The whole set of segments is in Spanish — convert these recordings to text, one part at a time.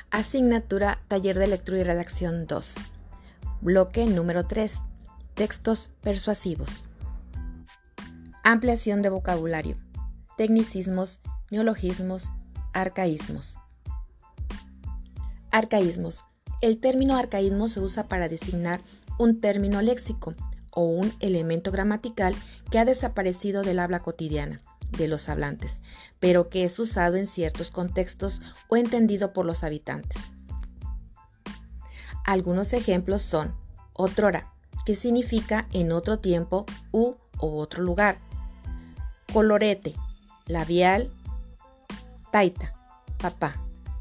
Asignatura Taller de Lectura y Redacción 2. Bloque número 3. Textos persuasivos. Ampliación de vocabulario. Tecnicismos, neologismos, arcaísmos. Arcaísmos. El término arcaísmo se usa para designar un término léxico o un elemento gramatical que ha desaparecido del habla cotidiana de los hablantes, pero que es usado en ciertos contextos o entendido por los habitantes. Algunos ejemplos son otrora, que significa en otro tiempo u o otro lugar. Colorete, labial, taita, papá.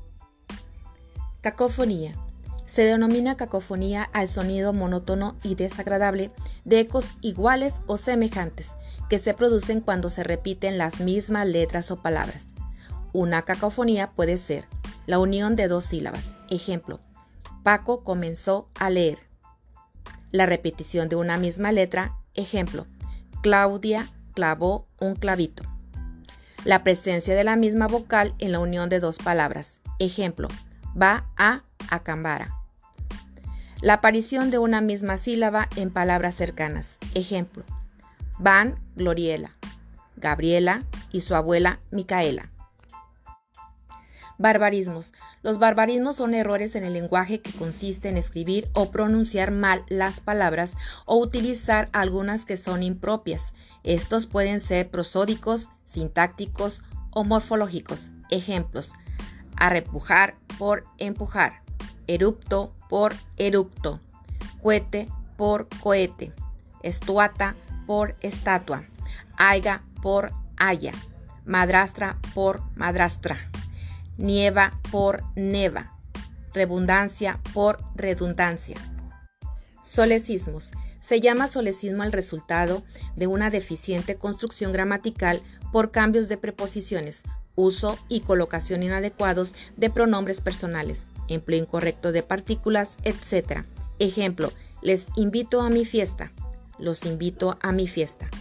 Cacofonía. Se denomina cacofonía al sonido monótono y desagradable de ecos iguales o semejantes que se producen cuando se repiten las mismas letras o palabras. Una cacofonía puede ser la unión de dos sílabas. Ejemplo, Paco comenzó a leer. La repetición de una misma letra. Ejemplo, Claudia clavó un clavito. La presencia de la misma vocal en la unión de dos palabras. Ejemplo, va a Acambara. La aparición de una misma sílaba en palabras cercanas. Ejemplo, van Gloriela, Gabriela y su abuela Micaela. Barbarismos. Los barbarismos son errores en el lenguaje que consiste en escribir o pronunciar mal las palabras o utilizar algunas que son impropias. Estos pueden ser prosódicos, sintácticos o morfológicos. Ejemplos, arrepujar por empujar, erupto por eructo, cohete por cohete, estuata por estatua, aiga por haya, madrastra por madrastra, nieva por neva, redundancia por redundancia. Solecismos. Se llama solecismo al resultado de una deficiente construcción gramatical por cambios de preposiciones, uso y colocación inadecuados de pronombres personales, empleo incorrecto de partículas, etc. Ejemplo, les invito a mi fiesta, los invito a mi fiesta.